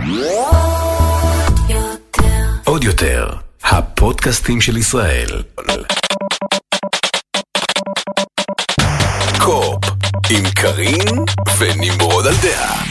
עוד יותר, הפודקאסטים של ישראל. קופ, עם קרין ונמרוד על דעה.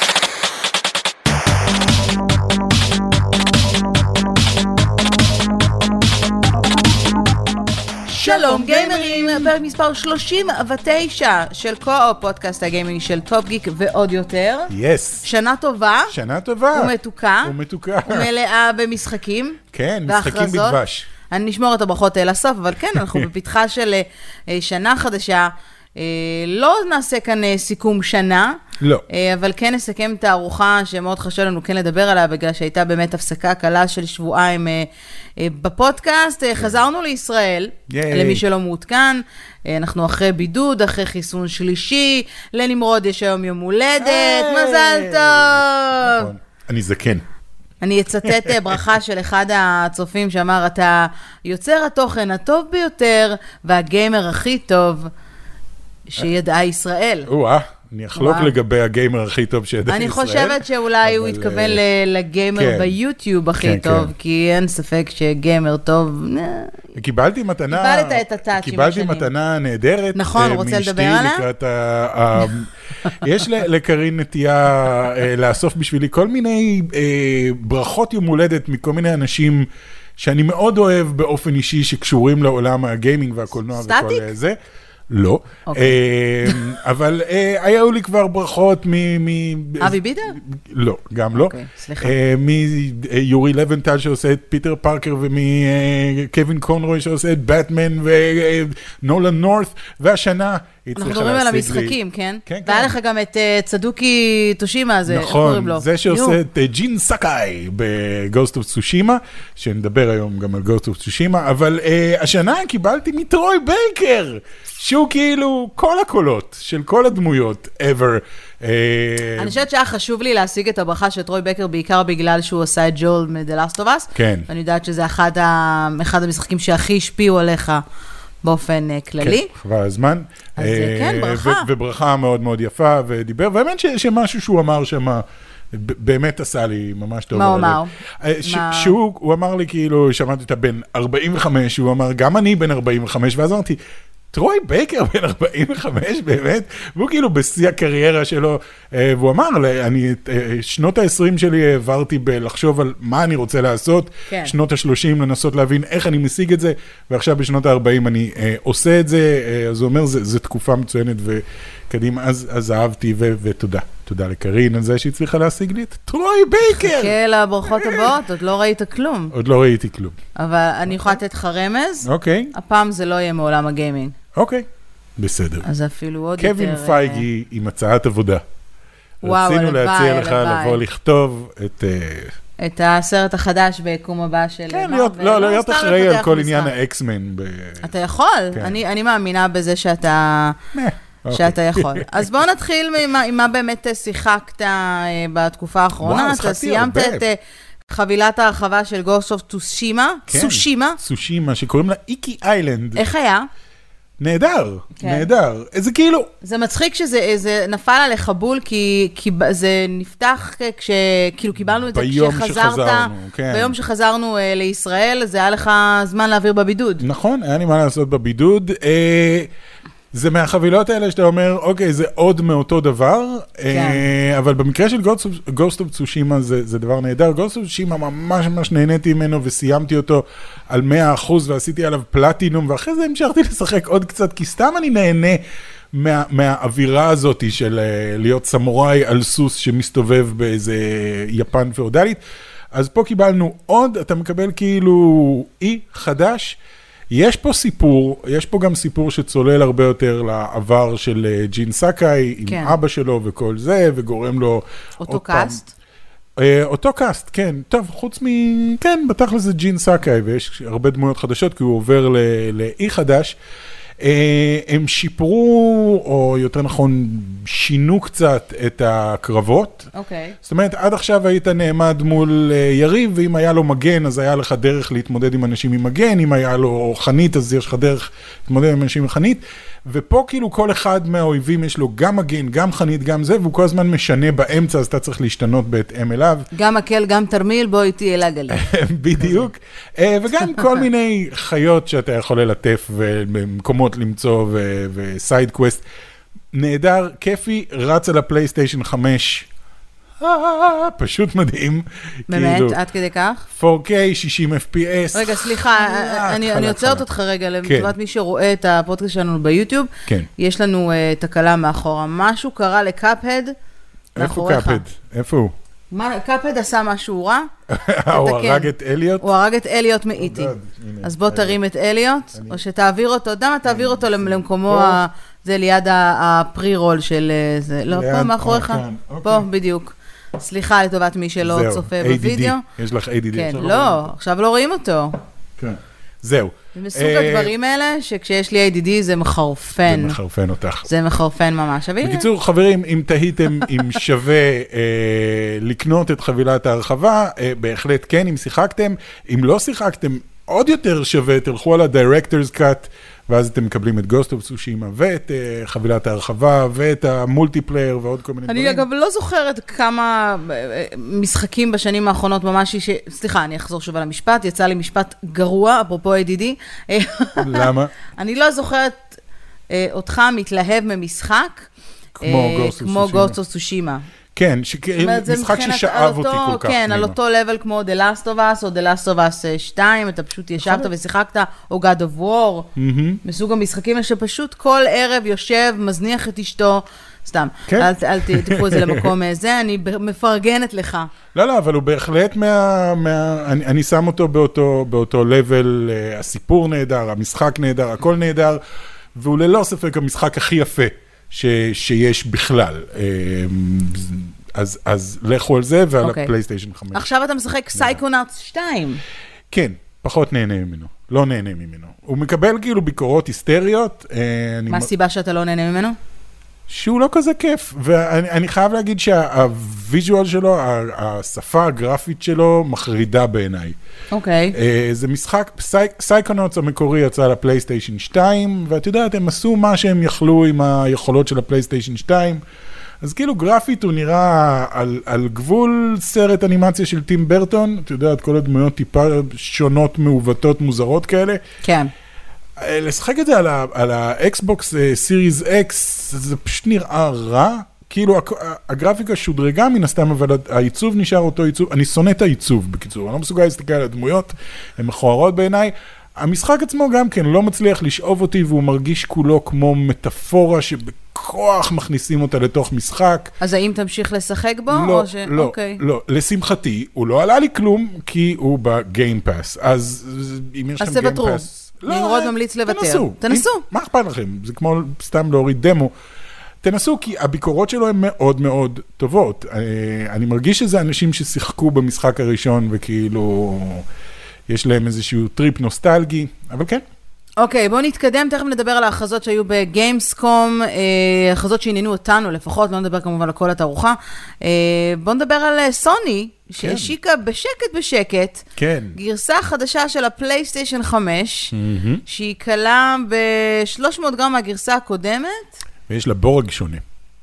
שלום גיימרים, פרק מספר 39 של קו-אופ, פודקאסט הגיימינג של טופ גיק ועוד יותר. יס. שנה טובה. שנה טובה. ומתוקה. ומתוקה. ומלאה במשחקים. כן, משחקים בדבש. אני נשמור את הברכות לסוף, אבל כן, אנחנו בפתחה של שנה חדשה. לא נעשה כאן סיכום שנה, לא. אבל כן נסכם את הארוחה שמאוד חשוב לנו כן לדבר עליה, בגלל שהייתה באמת הפסקה קלה של שבועיים בפודקאסט. חזרנו לישראל, למי שלא מעודכן, אנחנו אחרי בידוד, אחרי חיסון שלישי, לנמרוד יש היום יום הולדת, מזל טוב. נכון, אני זקן. אני אצטט ברכה של אחד הצופים שאמר, אתה יוצר התוכן הטוב ביותר והגיימר הכי טוב שידעה ישראל. אני אחלוק לגבי הגיימר הכי טוב שידעה ישראל. אני חושבת שאולי הוא התכוון לגיימר ביוטיוב הכי טוב, כי אין ספק שגיימר טוב. קיבלתי מתנה, קיבלת את הטאצ' קיבלתי מתנה נהדרת. נכון, רוצה לדבר עליה? יש לקרין נטייה לאסוף בשבילי כל מיני ברכות יום הולדת מכל מיני אנשים שאני מאוד אוהב באופן אישי שקשורים לעולם הגיימינג והקולנוע וכל זה. לא, אבל היו לי כבר ברכות אבי ביטר? לא, גם לא. סליחה. מיורי לבנטל שעושה את פיטר פארקר, ומקווין קונרוי שעושה את בטמן, ונולן נורת' והשנה אנחנו מדברים על המשחקים, כן? והיה לך גם את צדוקי טושימה, איך קוראים לו? נכון, זה שעושה את ג'ין סאקאי בגוסט אוף צושימה, שנדבר היום גם על גוסט אוף צושימה, אבל השנה קיבלתי מטרוי בייקר, שהוא כאילו כל הקולות של כל הדמויות ever. אני חושבת שהיה חשוב לי להשיג את הברכה של טרוי בייקר, בעיקר בגלל שהוא עשה את ג'ול מ-The Last of Us. כן. ואני יודעת שזה אחד המשחקים שהכי השפיעו עליך באופן כללי. כן, חבל הזמן. אז כן, ברכה. וברכה מאוד מאוד יפה, ודיבר, והאמת שמשהו שהוא אמר שמה, באמת עשה לי ממש טוב. מה הוא אמר? הוא אמר לי כאילו, שמעתי אותה בן 45, הוא אמר, גם אני בן 45, ואז אמרתי, טרוי בייקר בן 45 באמת, והוא כאילו בשיא הקריירה שלו, והוא אמר, שנות ה-20 שלי העברתי בלחשוב על מה אני רוצה לעשות, שנות ה-30 לנסות להבין איך אני משיג את זה, ועכשיו בשנות ה-40 אני עושה את זה, אז הוא אומר, זו תקופה מצוינת וקדימה, אז אהבתי ותודה. תודה לקרין על זה שהצליחה להשיג לי את טרוי בייקר. חכה לברכות הבאות, עוד לא ראית כלום. עוד לא ראיתי כלום. אבל אני יכולה לתת לך רמז. אוקיי. הפעם זה לא יהיה מעולם הגיימינג. אוקיי, בסדר. אז אפילו עוד יותר... קווין פייגי עם הצעת עבודה. וואו, רצינו להציע לך לבוא לכתוב את הסרט החדש ביקום הבא של... כן, להיות אחראי על כל עניין האקסמן. אתה יכול, אני מאמינה בזה שאתה יכול. אז בואו נתחיל עם מה באמת שיחקת בתקופה האחרונה. אתה סיימת את חבילת הרחבה של Ghost of Tsushima. צושימה, שקוראים לה איקי איילנד. איך היה? נהדר, נהדר. זה כאילו... זה מצחיק שזה נפל עליך בול, כי זה נפתח כאילו קיבלנו את זה כשחזרת, ביום שחזרנו לישראל, זה היה לך זמן להעביר בבידוד. נכון, היה לי מה לעשות בבידוד. זה מהחבילות האלה שאתה אומר, אוקיי, זה עוד מאותו דבר, אבל במקרה של Ghost of Tsushima זה דבר נהדר. Ghost of Tsushima ממש ממש נהניתי ממנו וסיימתי אותו על 100% ועשיתי עליו פלטינום, ואחרי זה המשכתי לשחק עוד קצת, כי סתם אני נהנה מהאווירה הזאת של להיות סמוראי על סוס שמסתובב באיזה יפן פאודלית. אז פה קיבלנו עוד, אתה מקבל כאילו אי חדש, יש פה סיפור, יש פה גם סיפור שצולל הרבה יותר לעבר של ג'ין סאקאי, עם אבא שלו וכל זה, וגורם לו... אותו קאסט? אותו קאסט, כן. טוב, חוץ כן, בתכל'ס זה ג'ין סאקאי, ויש הרבה דמויות חדשות, כי הוא עובר לאי חדש. הם שיפרו, או יותר נכון, שינו קצת את הקרבות. אוקיי. זאת אומרת, עד עכשיו היית נעמד מול יריב, ואם היה לו מגן, אז היה לך דרך להתמודד עם אנשים עם מגן, אם היה לו חנית, אז יש לך דרך להתמודד עם אנשים עם חנית, ופה כאילו כל אחד מהאויבים יש לו גם מגן, גם חנית, גם זה, והוא כל הזמן משנה באמצע, אז אתה צריך להשתנות בהתאם אליו. גם מקל, גם תרמיל, בוא איתי אלה גלי. בדיוק. וגם כל מיני חיות שאתה יכול ללטף ומקומות למצוא וסייד קווסט. נהדר, כיפי, רץ על הפלייסטיישן 5. פשוט מדהים. באמת, עד כדי כך? 4K, 60 FPS. רגע, סליחה, אני עוצרת אותך רגע, לטובת מי שרואה את הפודקאסט שלנו ביוטיוב. כן. יש לנו תקלה מאחורה. משהו קרה לקאפהד מאחוריך. איפה קאפהד? איפה הוא? קאפהד עשה משהו רע. הוא הרג את אליוט? הוא הרג את אליוט מאיטי. אז בוא תרים את אליוט, או שתעביר אותו, דמה תעביר אותו למקומו, זה ליד הפרי-רול של זה. לא, פה מאחוריך. פה, בדיוק. סליחה לטובת מי שלא צופה בווידאו. יש לך ADD. כן, לא, עכשיו לא רואים אותו. כן. זהו. זה מסוג הדברים האלה, שכשיש לי ADD זה מחרפן. זה מחרפן אותך. זה מחרפן ממש. בקיצור, חברים, אם תהיתם אם שווה לקנות את חבילת ההרחבה, בהחלט כן, אם שיחקתם. אם לא שיחקתם, עוד יותר שווה, תלכו על ה-Director's Cut, ואז אתם מקבלים את Ghost of Tsushima, ואת חבילת ההרחבה, ואת המולטיפלייר, ועוד כל מיני דברים. אני אגב לא זוכרת כמה משחקים בשנים האחרונות ממש, סליחה, אני אחזור שוב על המשפט, יצא לי משפט גרוע, אפרופו ADD. למה? אני לא זוכרת אותך מתלהב ממשחק, כמו Ghost of Tsushima. כן, משחק ששאב אותי כל כך. כן, על אותו לבל כמו The Last of Us, או The Last of Us 2, אתה פשוט ישבת ושיחקת, או God of War, מסוג המשחקים שפשוט כל ערב יושב, מזניח את אשתו, סתם, אל תיקחו את זה למקום זה, אני מפרגנת לך. לא, אבל הוא בהחלט אני שם אותו באותו לבל, הסיפור נהדר, המשחק נהדר, הכל נהדר, והוא ללא ספק המשחק הכי יפה. שיש בכלל. אז לכו על זה ועל הפלייסטיישן 5. עכשיו אתה משחק סייקונאוטס 2. כן, פחות נהנה ממנו. לא נהנה ממנו. הוא מקבל כאילו ביקורות היסטריות. מה הסיבה שאתה לא נהנה ממנו? שהוא לא כזה כיף. ואני חייב להגיד שהוויז'ואל שלו, השפה הגרפית שלו, מחרידה בעיניי. אוקיי. זה משחק, סייקונאוטס המקורי יצא לפלייסטיישן 2, ואת יודעת, הם עשו מה שהם יכלו עם היכולות של הפלייסטיישן 2, אז כאילו גרפית הוא נראה על גבול סרט אנימציה של טים ברטון, את יודעת, כל הדמויות טיפה שונות, מעוותות, מוזרות כאלה. כן. לשחק את זה על האקסבוקס סיריז אקס, זה פשוט נראה רע, כאילו הגרפיקה שודרגה מן הסתם, אבל העיצוב נשאר אותו עיצוב, אני שונא את העיצוב בקיצור, אני לא מסוגל להסתכל על הדמויות, הן מכוערות בעיניי, המשחק עצמו גם כן לא מצליח לשאוב אותי, והוא מרגיש כולו כמו מטאפורה שבכוח מכניסים אותה לתוך משחק. אז האם תמשיך לשחק בו? לא, לשמחתי, הוא לא עלה לי כלום, כי הוא בגיימפאס, אז אם יש לכם גיימפאס... נמרוד ממליץ לוותר. תנסו. מה אכפת לכם? זה כמו סתם להוריד דמו. תנסו, כי הביקורות שלו הן מאוד מאוד טובות. אני מרגיש שזה אנשים ששיחקו במשחק הראשון, וכאילו יש להם איזשהו טריפ נוסטלגי, אבל כן. אוקיי, בואו נתקדם, תכף נדבר על ההכרזות שהיו בגיימסקום, הכרזות שעניינו אותנו לפחות, לא נדבר כמובן על כל התערוכה. בואו נדבר על סוני, שהשיקה בשקט, גרסה חדשה של הפלייסטיישן 5, שהיא קלה ב-300 גרם מהגרסה הקודמת. ויש לה בורג שונה.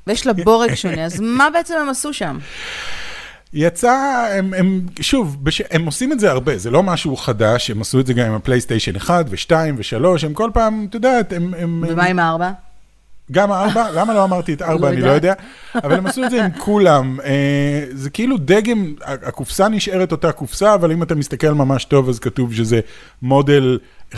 אז מה בעצם הם עשו שם? יצא, שוב, הם עושים את זה הרבה, זה לא משהו חדש, הם עשו את זה גם עם הפלייסטיישן 1 ו-2 ו-3, הם כל פעם, אתה יודעת, ומה עם 4? גם 4? למה לא אמרתי את 4? אני לא יודע. אבל הם עשו את זה עם כולם. זה כאילו דגם, הקופסה נשארת אותה קופסה, אבל אם אתה מסתכל ממש טוב, אז כתוב שזה מודל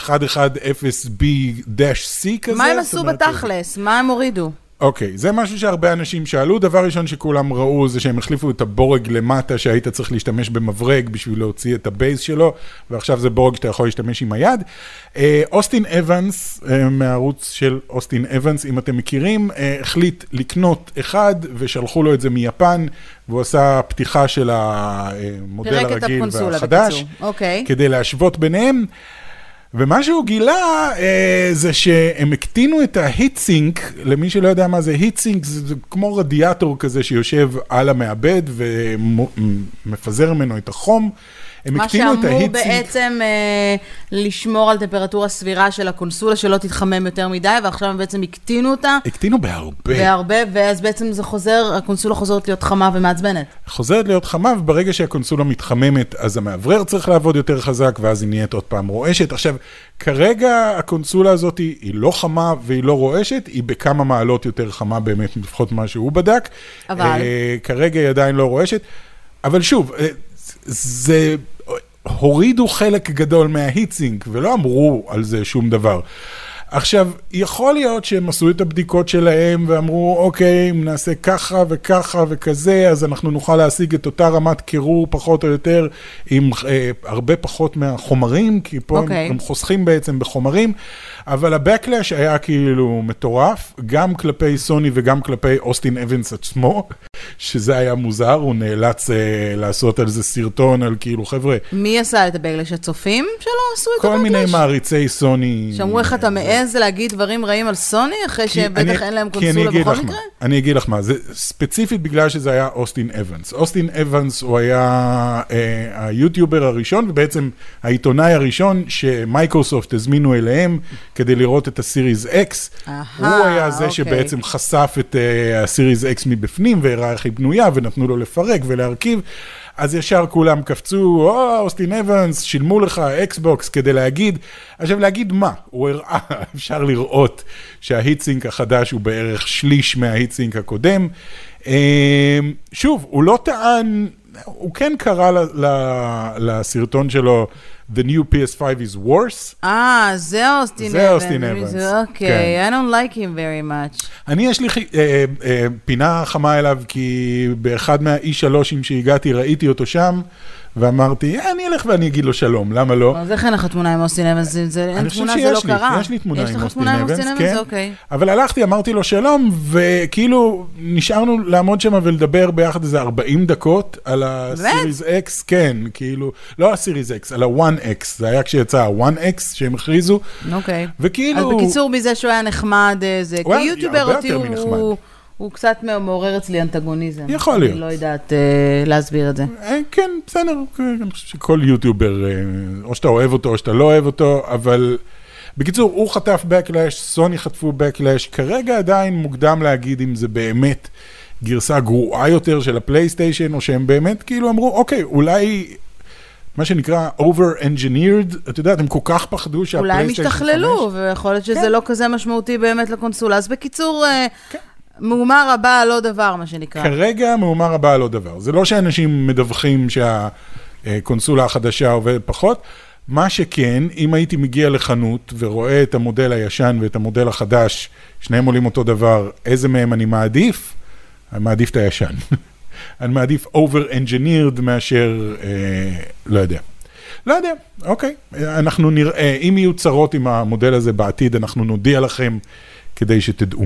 110B-C כזה. מה הם עשו בתכלס? מה הם הורידו? אוקיי, זה משהו שהרבה אנשים שאלו. דבר ראשון שכולם ראו זה שהם החליפו את הבורג למטה, שהיית צריך להשתמש במברג בשביל להוציא את הבייס שלו, ועכשיו זה בורג שאתה יכול להשתמש עם היד. אוסטין אבנס, מהערוץ של אוסטין אבנס, אם אתם מכירים, החליט לקנות אחד, ושלחו לו את זה מיפן, והוא עשה פתיחה של המודל הרגיל והחדש, כדי להשוות ביניהם. ומה שהוא גילה זה שהם הקטינו את ההיט-סינק, למי שלא יודע מה זה היט-סינק, זה כמו רדיאטור כזה שיושב על המעבד ומפזר ממנו את החום. מה שאמור בעצם לשמור על טמפרטורה סבירה של הקונסולה, שלא תתחמם יותר מדי, ועכשיו הם בעצם הקטינו אותה. הקטינו בהרבה. בהרבה, ואז בעצם זה חוזר, הקונסולה חוזרת להיות חמה ומעצבנת. חוזרת להיות חמה, וברגע שהקונסולה מתחממת, אז המעברר צריך לעבוד יותר חזק, ואז היא נהיית עוד פעם רועשת. עכשיו, כרגע הקונסולה הזאת היא לא חמה והיא לא רועשת, היא בכמה מעלות יותר חמה באמת, לפחות מה שהוא בדק. אבל? כרגע היא עדיין לא רועשת, אבל שוב, זה הורידו חלק גדול מההיטסינק, ולא אמרו על זה שום דבר. עכשיו, יכול להיות שהם עשו את הבדיקות שלהם, ואמרו, אוקיי, אם נעשה ככה וככה וכזה, אז אנחנו נוכל להשיג את אותה רמת קירור פחות או יותר, עם הרבה פחות מהחומרים, כי פה הם חוסכים בעצם בחומרים, אבל הבקלאש היה כאילו מטורף, גם כלפי סוני וגם כלפי אוסטין אבנס עצמו, שזה היה מוזר, הוא נאלץ לעשות על זה סרטון, על כאילו, חבר'ה. מי עשה את הבקלאש? הצופים שלו עשו את הבקלאש? כל מיני מעריצי סוני. שאמרו איך אתה מעז להגיד דברים רעים על סוני, אחרי שבטח אין להם קונסולה בכל מקרה? אני אגיד לך מה, זה ספציפית בגלל שזה היה אוסטין אבנס. אוסטין אבנס הוא היה היוטיובר הראשון, ובעצם העיתונאי הראשון שמייקרוסופט הזמינו אליהם, כדי לראות את הסיריז X. הוא היה זה שבעצם חשף את הסיריז X מבפנים, והראה איך היא בנויה, ונתנו לו לפרק ולהרכיב. אז ישר כולם קפצו, אוסטין אבנס, שילמו לך אקסבוקס כדי להגיד. עכשיו להגיד מה? הוא הראה, אפשר לראות שההיטסינק החדש הוא בערך שליש מההיטסינק הקודם. שוב, הוא לא טען, הוא כן קרא לסרטון שלו, The new PS5 is worse. זה אוסטין אבנס. אוקיי, I don't like him very much. אני יש לי פינה חמה אליו, כי באחד מהאי-שלושים שהגעתי, ראיתי אותו שם, ואמרתי, אני אלך ואני אגיד לו שלום, למה לא? אז איך אין לך תמונה עם אוסטין אבנס? אין תמונה, זה לא קרה. יש לי תמונה עם אוסטין אבנס, כן. אבל הלכתי, אמרתי לו שלום, וכאילו נשארנו לעמוד שם ולדבר ביחד איזה 40 דקות על הסיריז X, כן, כאילו, לא הסיריז X, על ה-1X, זה היה כשיצא ה-1X שהם הכריזו. אוקיי. וכאילו... אז בקיצור, מזה שהוא היה נחמד, זה כיוטיובר אותי הוא קצת מעורר אצלי אנטגוניזם. יכול להיות. אני לא יודעת להסביר את זה. כן, בסדר. אני חושב שכל יוטיובר, או שאתה אוהב אותו או שאתה לא אוהב אותו, אבל בקיצור, הוא חטף בקלאש, סוני חטפו בקלאש, כרגע עדיין מוקדם להגיד אם זה באמת גרסה גרועה יותר של הפלייסטיישן, או שהם באמת כאילו אמרו, אוקיי, אולי... מה שנקרא over-engineered, אתה יודע, הם כל כך פחדו שהפלייסטיישן 5... אולי הם השתכללו, ויכול להיות שזה לא כזה משמעותי באמת לקונסולה. אז בקיצור, מהומה רבה לא דבר, מה שנקרא. כרגע מהומה רבה לא דבר. זה לא שאנשים מדווחים שהקונסולה החדשה עובדת פחות. מה שכן, אם הייתי מגיע לחנות ורואה את המודל הישן ואת המודל החדש, שניהם עולים אותו דבר, איזה מהם אני מעדיף? אני מעדיף את הישן. אני מעדיף over-engineered מאשר, לא יודע. לא יודע, אוקיי. אנחנו נראה, אם יהיו צרות עם המודל הזה בעתיד, אנחנו נודיע לכם כדי שתדעו.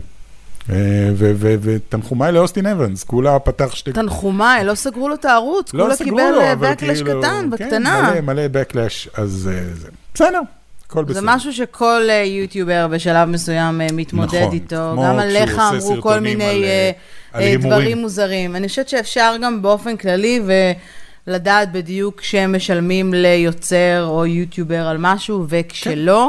ותנחומי לאוסטין אבנס, כולה פתח שתי... תנחומי, לא סגרו לו את הערוץ, כולה קיבל בקלאש קטן, בקטנה. כן, מלא בקלאש, אז זה בסדר. זה משהו שכל יוטיובר בשלב מסוים מתמודד איתו, גם עליך אמרו כל מיני דברים מוזרים. אני חושבת שאפשר גם באופן כללי ולדעת בדיוק שהם משלמים ליוצר או יוטיובר על משהו, וכשלא,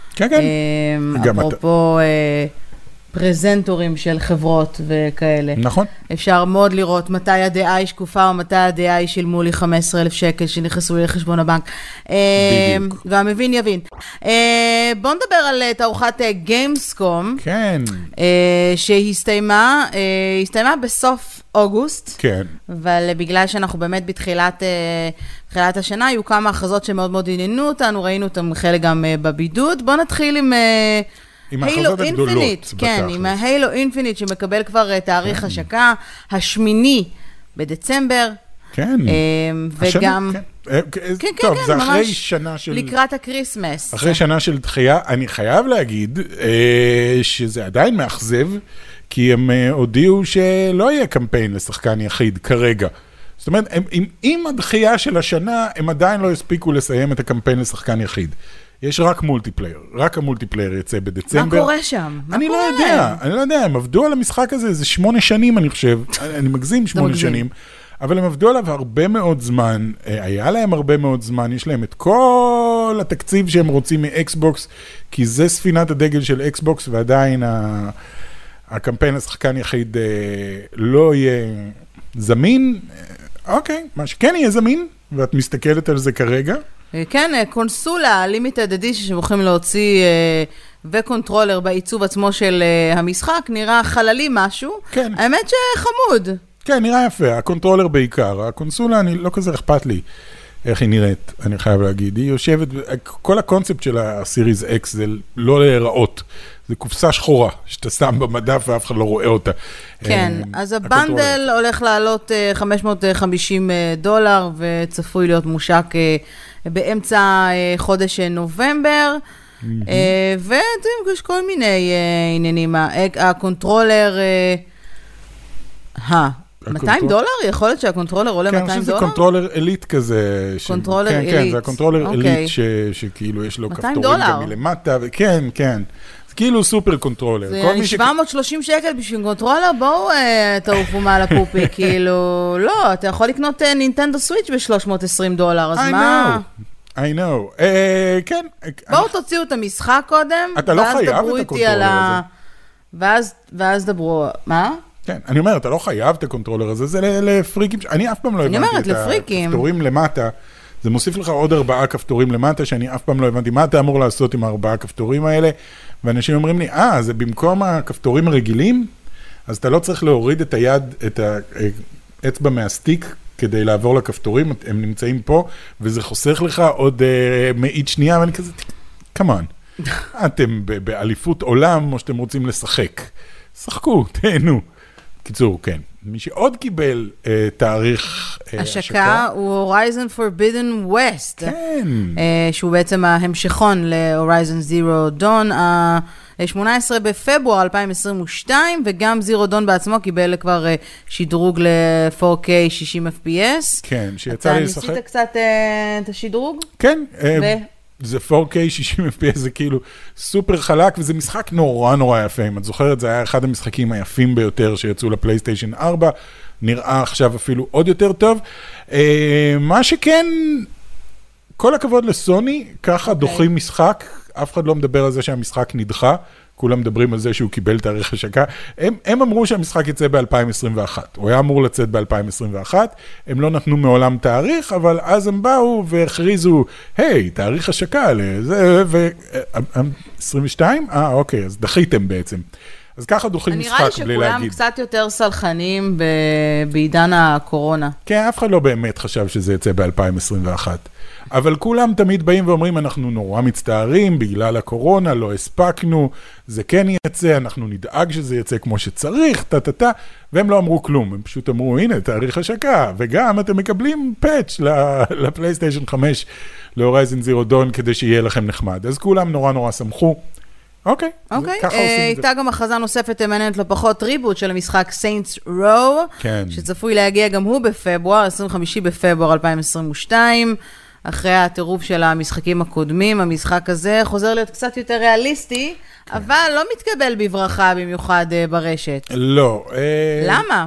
אפרופו פרזנטורים של חברות וכאלה. נכון. אפשר מאוד לראות מתי הדעה היא שקופה, או מתי הדעה היא שילמו לי 15,000 שקל שנכנסו לי לחשבון הבנק. בדיוק. והמבין יבין. בואו נדבר על תערוכת גיימסקום. כן. שהסתיימה בסוף אוגוסט. כן. אבל בגלל שאנחנו באמת בתחילת השנה, היו כמה הכרזות שמאוד מאוד עניינו אותנו, ראינו אותם חלק גם בבידוד. בואו נתחיל עם הילו אינפיניט, כן, עם ההילו אינפיניט שמקבל כבר תאריך השקה, 8 בדצמבר. כן. וגם... כן, טוב, זה אחרי שנה של... לקראת הקריסמס. אחרי שנה של דחייה, אני חייב להגיד שזה עדיין מאכזב, כי הם הודיעו שלא יהיה קמפיין לשחקן יחיד כרגע. זאת אומרת, עם הדחייה של השנה, הם עדיין לא הספיקו לסיים את הקמפיין לשחקן יחיד. יש רק מולטיפלייר, רק המולטיפלייר יצא בדצמבר. מה קורה שם? אני לא יודע, הם עבדו על המשחק הזה, זה 8 שנים אני חושב, אני מגזים 8 שנים, אבל הם עבדו עליו הרבה מאוד זמן, היה להם הרבה מאוד זמן, יש להם את כל התקציב שהם רוצים מאקסבוקס, כי זה ספינת הדגל של אקסבוקס, ועדיין הקמפיין השחקן יחיד לא יהיה זמין, אוקיי, מה שכן יהיה זמין, ואת מסתכלת על זה כרגע. כן, קונסולה, לימיטד אדישן שמוכנים להוציא וקונטרולר בעיצוב עצמו של המשחק, נראה חללי משהו. כן. האמת שחמוד. כן, נראה יפה, הקונטרולר בעיקר. הקונסולה, אני לא כזה אכפת לי איך היא נראית, אני חייב להגיד. היא יושבת, כל הקונספט של הסיריז X זה לא להיראות. זה קופסה שחורה, שאתה שם במדף ואף אחד לא רואה אותה. כן, אז הבנדל הולך לעלות $550, וצפוי להיות מושק באמצע חודש נובמבר, ויש כל מיני עניינים. הקונטרולר, $200? יכול להיות שהקונטרולר עולה $200? כן, אני חושב שזה קונטרולר אליט כזה. קונטרולר אליט. כן, זה הקונטרולר אליט שכאילו יש לו כפתורים גם מלמטה, וכן, כן. זה כאילו סופר קונטרולר. זה 730 שקל בשביל קונטרולר, בואו תעופו מעל הפופי, כאילו, לא, אתה יכול לקנות נינטנדו סוויץ' ב$320, אז מה? I know. כן. בואו תוציאו את המשחק קודם, אתה לא חייב את הקונטרולר הזה. ואז דברו, מה? כן, אני אומר, אתה לא חייב את הקונטרולר הזה, זה לפריקים, אני אף פעם לא הבנתי את הכפתורים למטה, זה מוסיף לך עוד 4 כפתורים למטה, שאני אף פעם לא הבנתי מה אתה אמור לעשות עם 4 כפתורים האלה, ואנשים אומרים לי, זה במקום הכפתורים הרגילים, אז אתה לא צריך להוריד את היד, את האצבע מהסטיק, כדי לעבור לכפתורים, הם נמצאים פה, וזה חוסך לך עוד מאית שנייה, ואני כזה, come on, אתם באליפות עולם, או שאתם רוצים לשחק, שחקו, תהנו. קיצור, כן. מי שעוד קיבל תאריך השקה הוא Horizon Forbidden West. כן. שהוא בעצם ההמשכון ל-Horizon Zero Dawn, 18 בפברואר 2022, וגם Zero Dawn בעצמו קיבל כבר שדרוג ל-4K 60 FPS. כן, שיצא לי לשחק. אתה ניסית קצת את השדרוג? כן. זה 4K 60 FPS, זה כאילו סופר חלק, וזה משחק נורא נורא יפה. אם את זוכרת, זה היה אחד המשחקים היפים ביותר שיצאו לפלייסטיישן 4, נראה עכשיו אפילו עוד יותר טוב. מה שכן, כל הכבוד לסוני, ככה דוחים משחק, אף אחד לא מדבר על זה שהמשחק נדחה, כולם מדברים על זה שהוא קיבל תאריך השקה. הם אמרו שהמשחק יצא ב-2021. הוא היה אמור לצאת ב-2021. הם לא נתנו מעולם תאריך, אבל אז הם באו והכריזו, היי, תאריך השקה לזה, 22? אוקיי, אז דחיתם בעצם. אז ככה דוחים משחק בלי להגיד. נראה לי שכולם קצת יותר סלחנים בעידן הקורונה. כן, אף אחד לא באמת חשב שזה יצא ב-2021. אבל כולם תמיד באים ואומרים, אנחנו נורא מצטערים, בגלל הקורונה, לא הספקנו, זה כן יצא, אנחנו נדאג שזה יצא כמו שצריך, והם לא אמרו כלום, הם פשוט אמרו, הנה, תאריך השקה, וגם אתם מקבלים פאץ' לפלייסטיישן 5, להורייזן זירו דון, כדי שיהיה לכם נחמד. אז כולם נורא נורא שמחו. אוקיי, ככה עושים את זה. הייתה גם הכרזה נוספת מעניינת לא פחות, ריבוט של המשחק Saints Row, שצפוי להגיע גם הוא בפברואר, 25 בפברואר 2022, אחרי הטירוף של המשחקים הקודמים. המשחק הזה חוזר להיות קצת יותר ריאליסטי, אבל לא מתקבל בברכה במיוחד ברשת. לא. למה?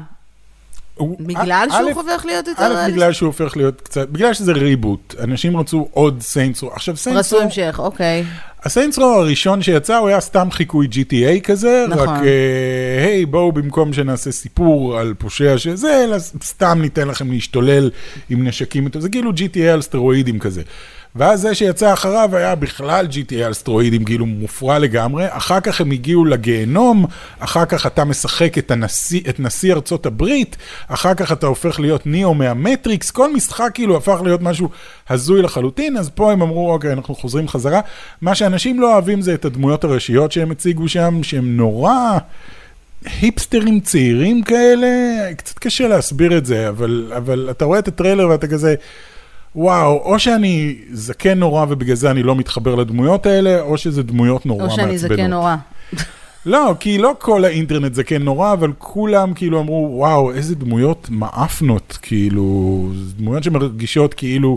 בגלל שהוא הופך להיות יותר ריאליסטי? בגלל שהוא הופך להיות קצת, בגלל שזה ריבוט. אנשים רצו עוד Saints Row. עכשיו Saints Row... רצו המשך, אוקיי. ה-Saints Row הראשון שיצא, הוא היה סתם חיקוי GTA כזה, רק היי, בואו במקום שנעשה סיפור על פושע שזה, אלא סתם ניתן לכם להשתולל עם נשקים. זה כאילו GTA על סטרואידים כזה. ואז זה שיצא אחריו היה בכלל GTA על סטרואידים, כאילו מופרע לגמרי. אחר כך הם הגיעו לגיהנום, אחר כך אתה משחק את נשיא ארצות הברית, אחר כך אתה הופך להיות ניאו מהמטריקס, כל משחק כאילו הפך להיות משהו הזוי לחלוטין, אז פה הם אמרו, אוקיי, אנחנו חוזרים חזרה. מה שאנשים לא אוהבים זה את הדמויות הראשיות שהם הציגו שם, שהם נורא היפסטרים צעירים כאלה, קצת קשה להסביר את זה, אבל אתה רואה את הטריילר ואתה כזה, וואו, או שאני זקן נורא ובגלל זה אני לא מתחבר לדמויות האלה, או שזה דמויות נורא מעצבנות. או שאני זקן נורא. לא, כי לא כל האינטרנט זקן נורא, אבל כולם כאילו אמרו, וואו, איזה דמויות מאפנות, כאילו, דמויות שמרגישות כאילו,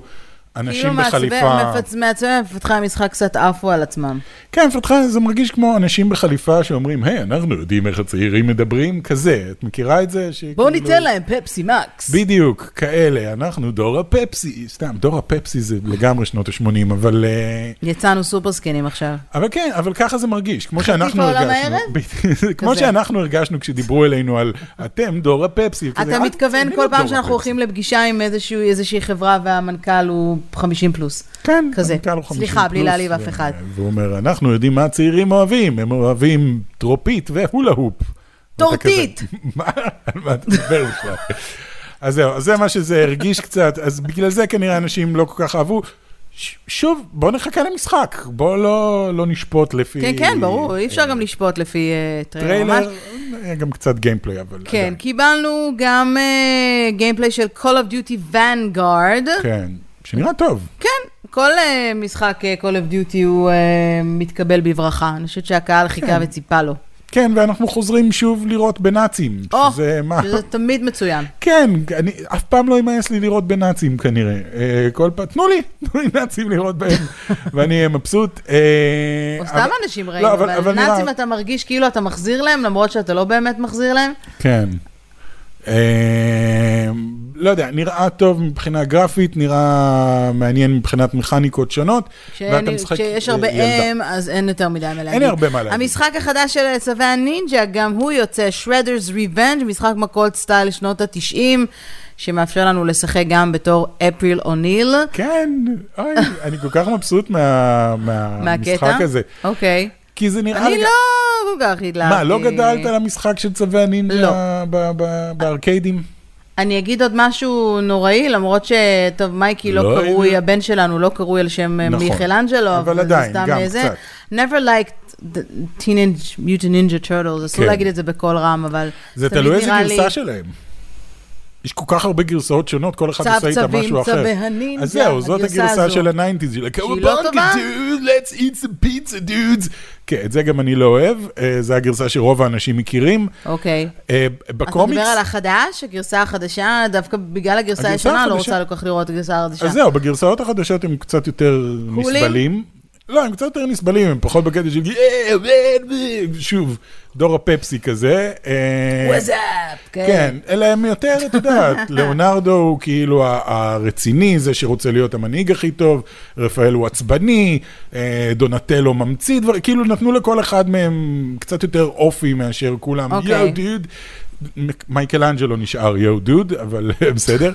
אנשים בחליפה... מעצמם מפתחי המשחק קצת עפו על עצמם. כן, מפתחי, זה מרגיש כמו אנשים בחליפה שאומרים, היי, אנחנו יודעים איך הצעירים מדברים, כזה. את מכירה את זה? בואו ניתן להם פפסי מקס. בדיוק, כאלה. אנחנו דור הפפסי. סתם, דור הפפסי זה לגמרי שנות ה-80, אבל... יצאנו סופר סקינים עכשיו. אבל כן, אבל ככה זה מרגיש. כמו שאנחנו הרגשנו. כמו שאנחנו הרגשנו כשדיברו אלינו על, אתם דור הפפסי. אתה מתכוון כל פעם שאנחנו הולכים לפגישה עם איזושהי חברה והמנכ"ל הוא 50 פלוס. כן, כזה. סליחה, בלי להעליב אף אחד. והוא אומר, אנחנו יודעים מה הצעירים אוהבים, הם אוהבים טרופית והולה הופ. טורטית! מה? על מה אתה מדבר בכלל? אז זהו, אז זה מה שזה הרגיש קצת, אז בגלל זה כנראה אנשים לא כל כך אהבו. שוב, בואו נחכה למשחק, בואו לא נשפוט לפי... כן, כן, ברור, אי אפשר גם לשפוט לפי טריילר. גם קצת גיימפליי, אבל... כן, קיבלנו גם גיימפליי של Call of Duty Vanguard. כן, שנראה טוב. כן, כל משחק Call of Duty הוא מתקבל בברכה. אני חושבת שהקהל חיכה וציפה לו. כן, ואנחנו חוזרים שוב לראות בנאצים. שזה תמיד מצוין. כן, אני אף פעם לא ימאס לי לראות בנאצים כנראה. כל פעם, תנו לי נאצים לראות בהם, ואני אהיה מבסוט. או סתם אנשים רעים, אבל נאצים אתה מרגיש כאילו אתה מחזיר להם, למרות שאתה לא באמת מחזיר להם. כן. לא יודע, נראה טוב מבחינה גרפית, נראה מעניין מבחינת מכניקות שונות. כשיש הרבה M, אז אין יותר מדי מה להגיד. אין הרבה מה להגיד. המשחק החדש של צווי הנינג'ה, גם הוא יוצא Shredder's Revenge, משחק מקולט סטייל שנות ה-90, שמאפשר לנו לשחק גם בתור אפריל אוניל. כן, אני כל כך מבסוט מהמשחק הזה. אוקיי. כי זה נראה... אני לא כל כך התלהבתי. מה, לא גדלת על המשחק של צווי הנינג'ה בארקיידים? אני אגיד עוד משהו נוראי, למרות שטוב, מייקי לא קרוי, הבן שלנו לא קרוי על שם מיכלאנג'לו, אבל עדיין, גם קצת. Never liked the Teenage Mutant Ninja Turtles, אסור להגיד את זה בקול רם, אבל זה תלוי איזה גרסה שלהם. יש כל כך הרבה גרסאות שונות, כל אחד עושה איתה משהו אחר. צבי הנינג'ה, אז זהו, זאת הגרסה של ה-90s. שהיא לא טובה? Let's eat some pizza, dudes. כן, את זה גם אני לא אוהב. זה הגרסה שרוב האנשים מכירים. אוקיי. בקומיקס... אתה מדבר על החדש, הגרסה החדשה, דווקא בגלל הגרסה הישנה, לא רוצה כל כך לראות הגרסה החדשה. אז זהו, בגרסאות החדשות הם קצת יותר נסבלים. לא, הם קצת יותר נסבלים, הם פחות בקטע של... שוב, דור הפפסי כזה. What's up? כן, אלא הם יותר, אתה יודעת, ליאונרדו הוא כאילו הרציני, זה שרוצה להיות המנהיג הכי טוב, רפאל הוא עצבני, דונטלו ממציא דבר, כאילו נתנו לכל אחד מהם קצת יותר אופי מאשר כולם, יאו דוד. מייקלאנג'לו נשאר יו דוד, אבל בסדר.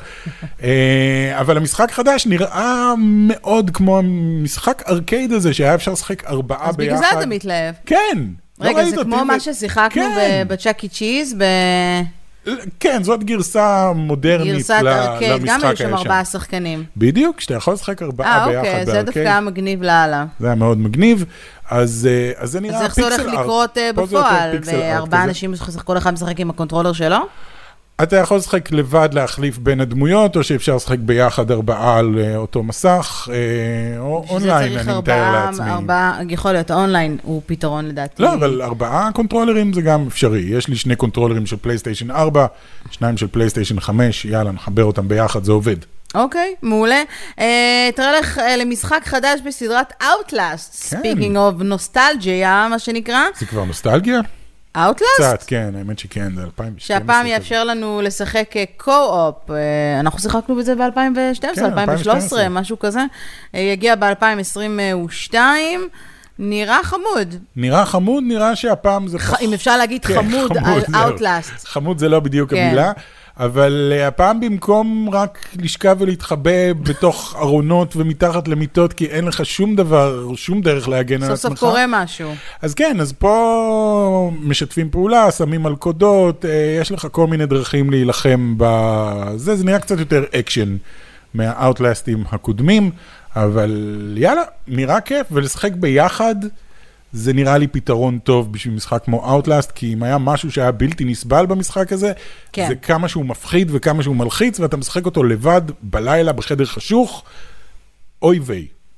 אבל המשחק חדש נראה מאוד כמו המשחק ארקייד הזה, שהיה אפשר לשחק 4 ביחד. אז בגלל זה אתה מתלהב. כן. רגע, זה כמו מה ששיחקנו בצ'קי צ'יז, כן, זאת גרסה מודרנית למשחק הישן. גם היו שם 4 שחקנים. בדיוק, שאתה יכול לשחק 4 ביחד בארקייד. אוקיי, זה דווקא מגניב להלאה. זה היה מאוד מגניב. אז זה נראה אז איך זה הולך לקרות בפועל? 4 אנשים, כל אחד משחק עם הקונטרולר שלו? אתה יכול לשחק לבד להחליף בין הדמויות, או שאפשר לשחק ביחד 4 על אותו מסך, או אונליין, אני מתאר לעצמי. יכול להיות, האונליין הוא פתרון לדעתי. לא, אבל 4 קונטרולרים זה גם אפשרי. יש לי 2 קונטרולרים של פלייסטיישן 4, 2 של פלייסטיישן 5, יאללה, נחבר אותם ביחד, זה עובד. אוקיי, מעולה. תראה לך למשחק חדש בסדרת Outlast, Speaking of Nostalgia, מה שנקרא. זה כבר נוסטלגיה? Outlast? קצת, כן, האמת שכן, זה 2012. שהפעם יאפשר לנו לשחק קו-אופ, אנחנו שיחקנו בזה ב-2012, 2013, משהו כזה. יגיע ב-2022, נראה חמוד. נראה חמוד, נראה שהפעם זה... אם אפשר להגיד חמוד על Outlast. חמוד זה לא בדיוק המילה. אבל הפעם במקום רק לשכב ולהתחבא בתוך ארונות ומתחת למיטות, כי אין לך שום דבר, שום דרך להגן על עצמך. סוף סוף קורה משהו. אז כן, אז פה משתפים פעולה, שמים על קודות, יש לך כל מיני דרכים להילחם בזה, זה נראה קצת יותר אקשן מהאוטלאסטים הקודמים, אבל יאללה, נראה כיף, ולשחק ביחד, זה נראה לי פתרון טוב בשביל משחק כמו Outlast, כי אם היה משהו שהיה בלתי נסבל במשחק הזה, כן. זה כמה שהוא מפחיד וכמה שהוא מלחיץ, ואתה משחק אותו לבד בלילה בחדר חשוך, אוי ויי.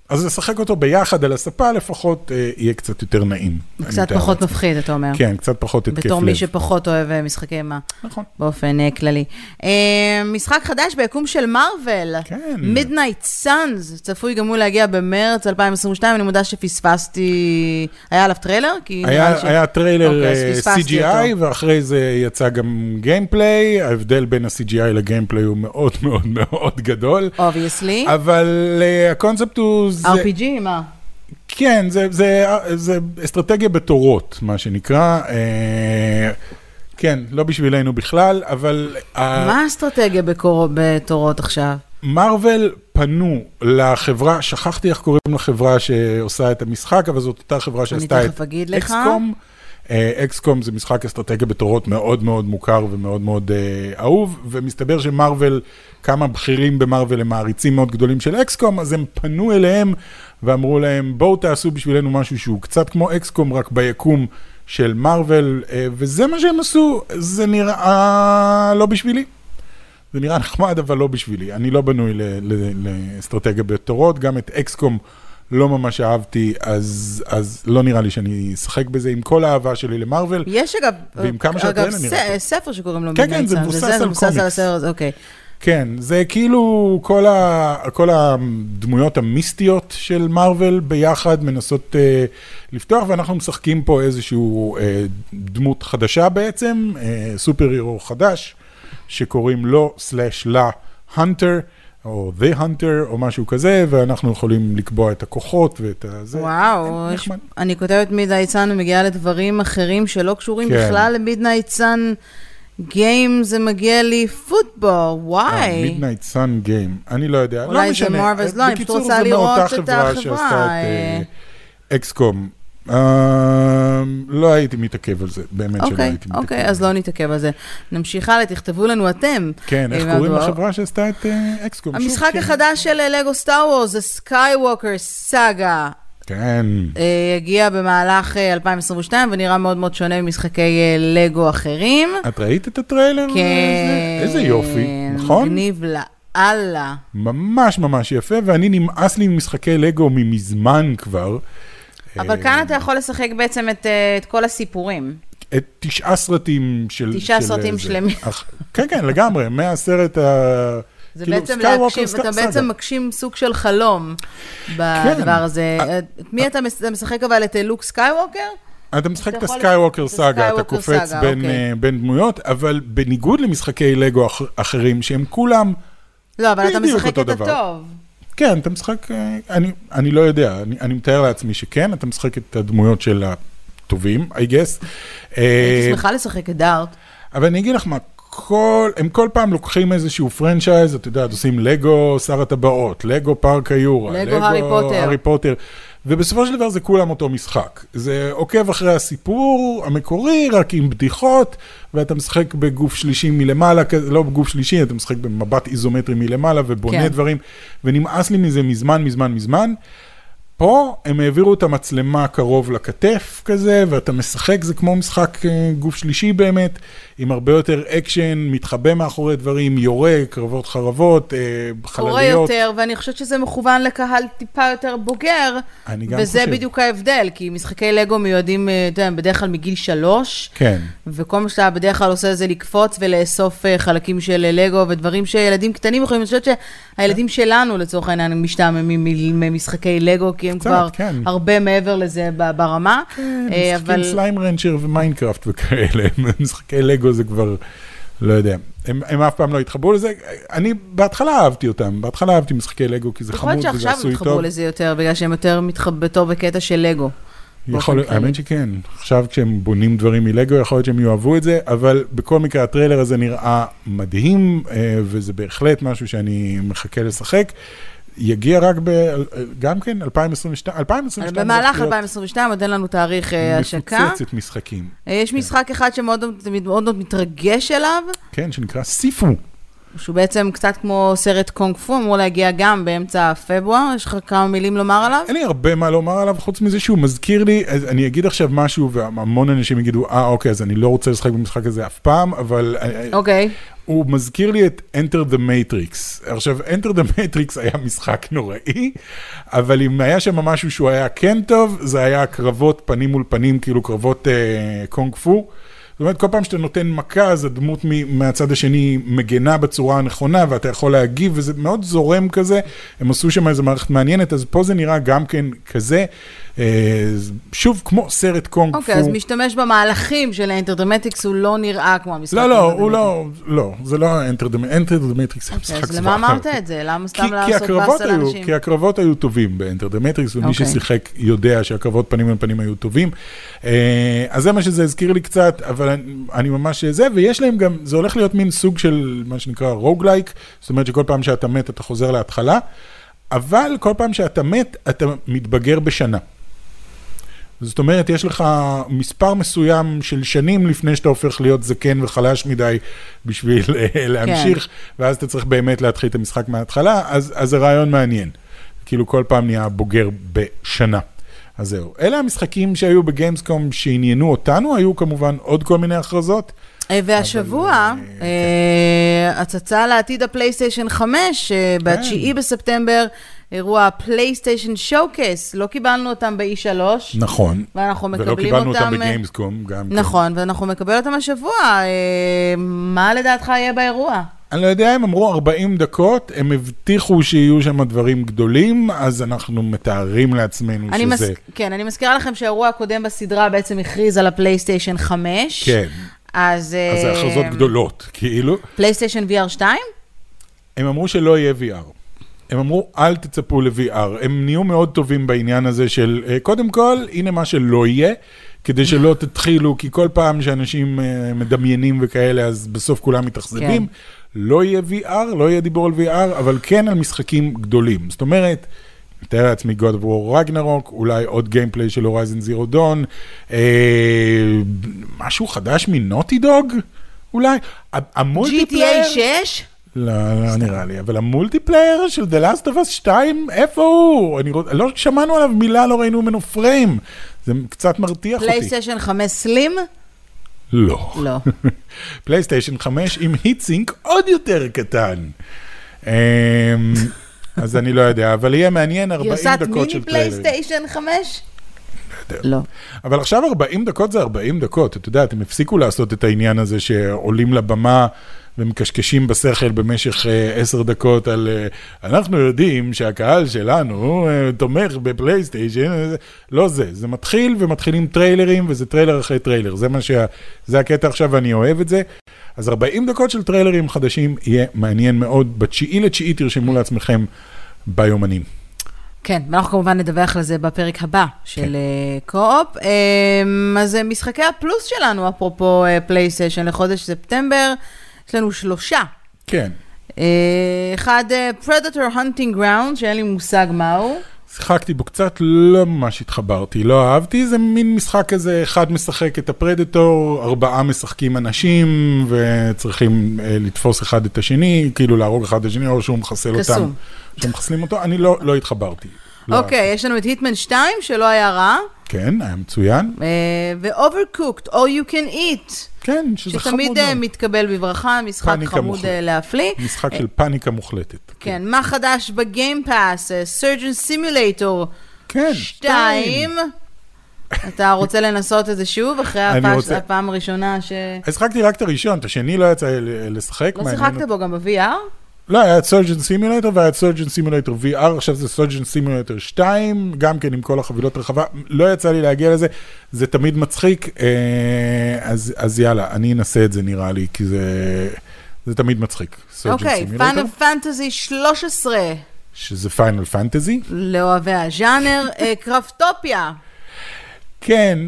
אז לשחק אותו ביחד על הספה, לפחות יהיה קצת יותר נעים. קצת פחות מפחיד, אתה אומר. כן, קצת פחות התקף לב. בתור מי שפחות אוהב משחקי מה. נכון. באופן כללי. משחק חדש ביקום של מארוול. כן. Midnight Suns, צפוי גם הוא להגיע במרץ 2022, אני מודה שפספסתי, היה עליו טריילר? היה טריילר CGI, ואחרי זה יצא גם גיימפליי, ההבדל בין ה-CGI לגיימפליי הוא מאוד מאוד מאוד גדול. Obviously. אבל הקונספט הוא... RPG, מה? כן, זה אסטרטגיה בתורות, מה שנקרא. כן, לא בשבילנו בכלל, אבל... מה האסטרטגיה בתורות עכשיו? מארוול פנו לחברה, שכחתי איך קוראים לחברה שעושה את המשחק, אבל זאת אותה חברה שעשתה את אקסקום. אקסקום זה משחק אסטרטגיה בתורות מאוד מאוד מוכר ומאוד מאוד אהוב, ומסתבר שמארוול, כמה בכירים במארוול הם מעריצים מאוד גדולים של אקסקום, אז הם פנו אליהם ואמרו להם, בואו תעשו בשבילנו משהו שהוא קצת כמו אקסקום, רק ביקום של מארוול, וזה מה שהם עשו. זה נראה לא בשבילי. זה נראה נחמד, אבל לא בשבילי. אני לא בנוי לאסטרטגיה בתורות, גם את אקסקום לא ממש אהבתי, אז לא נראה לי שאני אשחק בזה עם כל האהבה שלי למארוול. יש אגב, ספר שקוראים לו מידנייט סאנס. כן, זה מבוסס על קומיקס. אוקיי. כן, זה כאילו כל הדמויות המיסטיות של מארוול ביחד מנסות לפתוח, ואנחנו משחקים פה איזשהו דמות חדשה בעצם, סופר הירו חדש, שקוראים לו /לה Hunter, או The Hunter, או משהו כזה, ואנחנו יכולים לקבוע את הכוחות ואת זה. וואו, אני כותבת Midnight Sun ומגיעה לדברים אחרים שלא קשורים בכלל ל-Midnight Sun Game, זה מגיע לי פוטבול, וואי. Midnight Sun Game, אני לא יודע. אולי זה מרוולס, לא, אני פשוט רוצה לראות את החברה. שעשתה את אקסקום. לא הייתי מתעכב על זה, באמת שלא הייתי מתעכב. אוקיי, אז לא נתעכב על זה. נמשיך הלאה, תכתבו לנו אתם. כן, איך קוראים לחברה שעשתה את אקסקום? המשחק החדש של לגו סטאר וורס, זה סקייווקר סאגה. כן. הגיע במהלך 2022, ונראה מאוד מאוד שונה ממשחקי לגו אחרים. את ראית את הטריילר? כן. איזה יופי, נכון? מגניב לאללה. ממש ממש יפה, ואני נמאס לי ממשחקי לגו ממזמן כבר. אבל כאן אתה יכול לשחק בעצם את כל הסיפורים. את 9 סרטים של... 9 סרטים שלמים. כן, כן, לגמרי, מהסרט ה... זה בעצם להגשים, אתה בעצם מגשים סוג של חלום בדבר הזה. מי אתה משחק אבל את לוק סקייווקר? אתה משחק את הסקייווקר סאגה, אתה קופץ בין דמויות, אבל בניגוד למשחקי לגו אחרים, שהם כולם... לא, אבל אתה משחק את הטוב. כן, אתה משחק, אני לא יודע, אני מתאר לעצמי שכן, אתה משחק את הדמויות של הטובים, I guess. הייתי שמחה לשחק את דארט. אבל אני אגיד לך מה, הם כל פעם לוקחים איזשהו פרנצ'ייז, אתה יודע, עושים לגו שר הטבעות, לגו פארק היורה, לגו הארי פוטר, ובסופו של דבר זה כולם אותו משחק. זה עוקב אחרי הסיפור המקורי, רק עם בדיחות, ואתה משחק בגוף שלישי מלמעלה, לא בגוף שלישי, אתה משחק במבט איזומטרי מלמעלה, ובונה דברים, ונמאס לי מזה מזמן. פה הם העבירו את המצלמה קרוב לכתף כזה, ואתה משחק, זה כמו משחק גוף שלישי באמת, עם הרבה יותר אקשן, מתחבא מאחורי דברים, יורה, קרבות חרבות, חלליות. קורה יותר, ואני חושבת שזה מכוון לקהל טיפה יותר בוגר, וזה חושב. בדיוק ההבדל, כי משחקי לגו מיועדים בדרך כלל מגיל 3, כן. וכל מה שאתה בדרך כלל עושה זה לקפוץ ולאסוף חלקים של לגו, ודברים שילדים קטנים יכולים, אני חושבת שהילדים שלנו לצורך העניין משתעממים ממשחקי לגו, כי הם כבר הרבה מעבר לזה ברמה. כן, משחקים סליים רנצ'ר ומיינקראפט וכאלה, משחקי לגו זה כבר, לא יודע, הם אף פעם לא התחברו לזה, אני בהתחלה אהבתי אותם, בהתחלה אהבתי משחקי לגו, כי זה חמוד וזה עשוי טוב. יכול להיות שעכשיו התחברו לזה יותר, בגלל שהם יותר מתחבטו בקטע של לגו. האמת שכן, עכשיו כשהם בונים דברים מלגו, יכול להיות שהם יאהבו את זה, אבל בכל מקרה הטריילר הזה נראה מדהים, וזה בהחלט משהו שאני מחכה לשחק, יגיע רק גם כן 2022. במהלך 2022 עוד אין לנו תאריך השקה. מפוצצת משחקים. יש משחק אחד שמאוד מאוד מתרגש אליו. כן, שנקרא סיפו. שהוא בעצם קצת כמו סרט קונג פו, אמור להגיע גם באמצע פברואר. יש לך כמה מילים לומר עליו? אין לי הרבה מה לומר עליו, חוץ מזה שהוא מזכיר לי, אני אגיד עכשיו משהו, והמון אנשים יגידו, אוקיי, אז אני לא רוצה לשחק במשחק הזה אף פעם, אבל... אוקיי. הוא מזכיר לי את Enter the Matrix. עכשיו, Enter the Matrix היה משחק נוראי, אבל אם היה שם משהו שהוא היה כן טוב, זה היה קרבות פנים מול פנים, כאילו קרבות קונג פו. זאת אומרת, כל פעם שאתה נותן מכה, אז הדמות מהצד השני מגנה בצורה הנכונה, ואתה יכול להגיב, וזה מאוד זורם כזה. הם עשו שם איזו מערכת מעניינת, אז פה זה נראה גם כן כזה. שוב, כמו סרט קונג פו. אוקיי, אז משתמש במהלכים של Enter the Matrix, הוא לא נראה כמו המשחק. לא, זה לא Enter the Matrix, זה משחק אז למה אמרת את זה? למה סתם לעשות באס על אנשים? כי הקרבות היו טובים ב-Enter the Matrix, ומי ששיחק יודע שהקרבות פנים על פנים היו טובים. אז זה מה שזה הזכיר לי קצת, אבל אני ממש זה, ויש להם גם, זה הולך להיות מין סוג של מה שנקרא רוגלייק, זאת אומרת שכל פעם שאתה מת אתה חוזר להתחלה, אבל כל פעם שאתה מת אתה מתבגר בשנה. זאת אומרת, יש לך מספר מסוים של שנים לפני שאתה הופך להיות זקן וחלש מדי בשביל להמשיך, ואז אתה צריך באמת להתחיל את המשחק מההתחלה, אז זה רעיון מעניין. כאילו כל פעם נהיה בוגר בשנה. אז זהו. אלה המשחקים שהיו בגיימסקום שעניינו אותנו, היו כמובן עוד כל מיני הכרזות. והשבוע, הצצה לעתיד הפלייסטיישן 5, ב9 בספטמבר, אירוע פלייסטיישן שואוקייס, לא קיבלנו אותם ב-E3. נכון. ואנחנו מקבלים אותם... ולא קיבלנו אותם בגיימסקום גם. נכון, ואנחנו מקבל אותם השבוע. מה לדעתך יהיה באירוע? אני לא יודע, הם אמרו 40 דקות, הם הבטיחו שיהיו שם דברים גדולים, אז אנחנו מתארים לעצמנו שזה... כן, אני מזכירה לכם שהאירוע הקודם בסדרה בעצם הכריז על הפלייסטיישן 5. כן. אז זה הכרזות גדולות, כאילו. פלייסטיישן VR 2? הם אמרו שלא יהיה VR. הם אמרו, אל תצפו ל-VR. הם נהיו מאוד טובים בעניין הזה של, קודם כל, הנה מה שלא יהיה, כדי שלא תתחילו, כי כל פעם שאנשים מדמיינים וכאלה, אז בסוף כולם מתאכזבים. לא יהיה VR, לא יהיה דיבור על VR, אבל כן על משחקים גדולים. זאת אומרת, מתאר לעצמי God of War Ragnarok, אולי עוד גיימפליי של Horizon Zero Dawn, משהו חדש מנוטי דוג, אולי. GTA 6? לא נראה לי, אבל המולטיפלייר של The Last of Us 2, איפה הוא? לא שמענו עליו מילה, לא ראינו ממנו פריים. זה קצת מרתיח אותי. פלייסטיישן 5 סלים? לא. לא. פלייסטיישן 5 עם היטסינק עוד יותר קטן. אז אני לא יודע, אבל יהיה מעניין 40 דקות של טריילר. גרסת מיני פלייסטיישן 5? לא. אבל עכשיו 40 דקות זה 40 דקות. אתה יודע, אתם הפסיקו לעשות את העניין הזה שעולים לבמה ומקשקשים בשכל במשך 10 דקות על... אנחנו יודעים שהקהל שלנו תומך בפלייסטיישן. לא זה. זה מתחיל ומתחילים טריילרים, וזה טריילר אחרי טריילר. זה הקטע עכשיו ואני אוהב את זה. אז 40 דקות של טריילרים חדשים יהיה מעניין מאוד. ב9/9 תרשמו לעצמכם ביומנים. כן, ואנחנו כמובן נדווח לזה בפרק הבא של קו-אופ. אז משחקי הפלוס שלנו, אפרופו פלייסטיישן לחודש ספטמבר, יש לנו 3. כן. אחד, Predator Hunting Ground, שאין לי מושג מהו. שיחקתי בו קצת, לא ממש התחברתי, לא אהבתי, זה מין משחק כזה, אחד משחק את הפרדטור, 4 משחקים אנשים, וצריכים לתפוס אחד את השני, כאילו להרוג אחד את השני, או שהוא מחסל אותם. קסום. שהוא מחסלים אותו, אני לא התחברתי. אוקיי, יש לנו את היטמן 2, שלא היה רע. כן, היה מצוין. ו-Overcooked, All You Can Eat. כן, שזה חמוד. שתמיד מתקבל בברכה, משחק חמוד להפליא. משחק של פאניקה מוחלטת. כן, מה חדש בגיימפאס? Surgeon Simulator 2. אתה רוצה לנסות את זה שוב, אחרי הפעם הראשונה ש... השחקתי רק את הראשון, את השני לא יצא לשחק. לא שיחקת בו גם ב-VR? לא, היה את Surgeon Simulator והיה את Surgeon Simulator VR, עכשיו זה Surgeon Simulator 2, גם כן עם כל החבילות רחבה, לא יצא לי להגיע לזה, זה תמיד מצחיק, אז יאללה, אני אנסה את זה נראה לי, כי זה תמיד מצחיק. אוקיי, Final Fantasy 13. שזה Final Fantasy. לאוהבי הז'אנר, קרפטופיה. כן,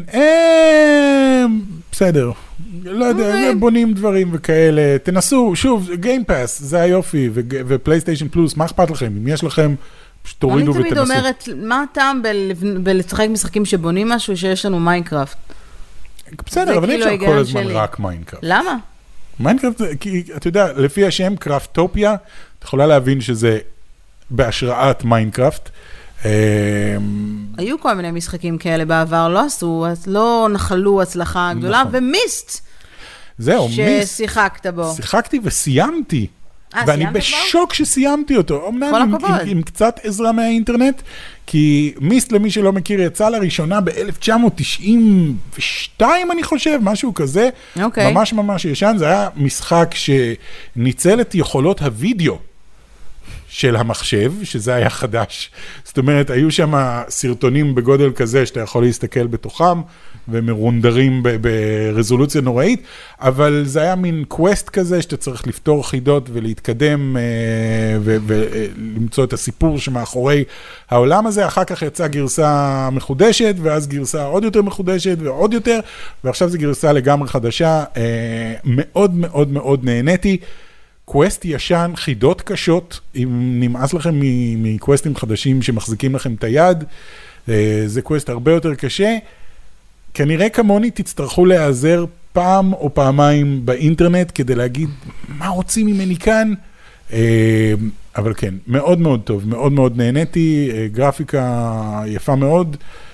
בסדר. לא יודע, בונים דברים וכאלה. תנסו, שוב, גיימפאס, זה היופי, ופלייסטיישן פלוס, מה אכפת לכם? אם יש לכם, תורידו ותנסו. אני תמיד אומרת, מה הטעם בלשחק משחקים שבונים משהו שיש לנו מיינקראפט? בסדר, אבל אי אפשר כל הזמן רק מיינקראפט. למה? מיינקראפט, כי אתה יודע, לפי השם קרפטופיה, אתה יכולה להבין שזה בהשראת מיינקראפט. היו כל מיני משחקים כאלה בעבר, לא עשו, לא נחלו הצלחה גדולה, ומיסט. זהו, ששיחקת בו. שיחקתי וסיימתי. ואני בשוק שסיימתי אותו, אמנם עם קצת עזרה מהאינטרנט, כי מיסט, למי שלא מכיר, יצא לראשונה ב-1992, אני חושב, משהו כזה, ממש ממש ישן. זה היה משחק שניצל את יכולות הוידאו של המחשב, שזה היה חדש. זאת אומרת, היו שם סרטונים בגודל כזה שאתה יכול להסתכל בתוכם, ומרונדרים ברזולוציה נוראית, אבל זה היה מין קווסט כזה, שאתה צריך לפתור חידות ולהתקדם, ולמצוא את הסיפור שמאחורי העולם הזה. אחר כך יצאה גרסה מחודשת, ואז גרסה עוד יותר מחודשת, ועוד יותר, ועכשיו זו גרסה לגמרי חדשה. מאוד מאוד מאוד נהניתי. קווסט ישן, חידות קשות, אם נמאס לכם מקווסטים חדשים שמחזיקים לכם את היד, זה קווסט הרבה יותר קשה. כנראה כמוני תצטרכו להיעזר פעם או פעמיים באינטרנט כדי להגיד מה רוצים ממני כאן, אבל כן, מאוד מאוד טוב, מאוד מאוד נהניתי, גרפיקה יפה מאוד,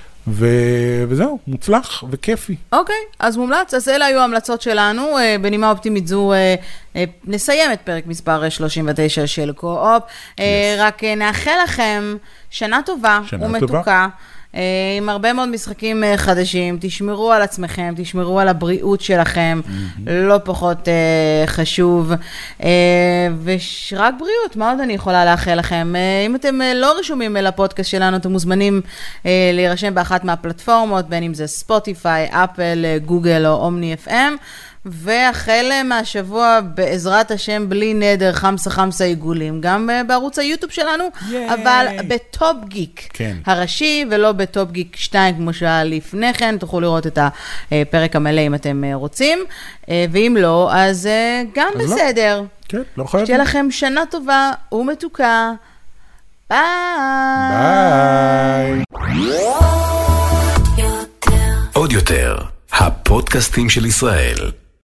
וזהו, מוצלח וכיפי. אוקיי, אז מומלץ, אז אלה היו ההמלצות שלנו, בנימה אופטימית זו נסיים את פרק מספר 39 של קו-אופ, רק נאחל לכם שנה טובה ומתוקה, עם הרבה מאוד משחקים חדשים, תשמרו על עצמכם, תשמרו על הבריאות שלכם, לא פחות חשוב, ורק בריאות, מה עוד אני יכולה לאחל לכם? אם אתם לא רשומים לפודקאסט שלנו, אתם מוזמנים להירשם באחת מהפלטפורמות, בין אם זה ספוטיפיי, אפל, גוגל או אומני FM, והחל מהשבוע בעזרת השם בלי נדר חמסה עיגולים, גם בערוץ היוטיוב שלנו, אבל בטופ גיק הראשי ולא בטופ גיק 2 כמו שהיה לפני כן, תוכלו לראות את הפרק המלא אם אתם רוצים, ואם לא, אז גם בסדר. כן, לא חייב. שתהיה לכם שנה טובה ומתוקה. ביי. עוד יותר, הפודקאסטים של ישראל.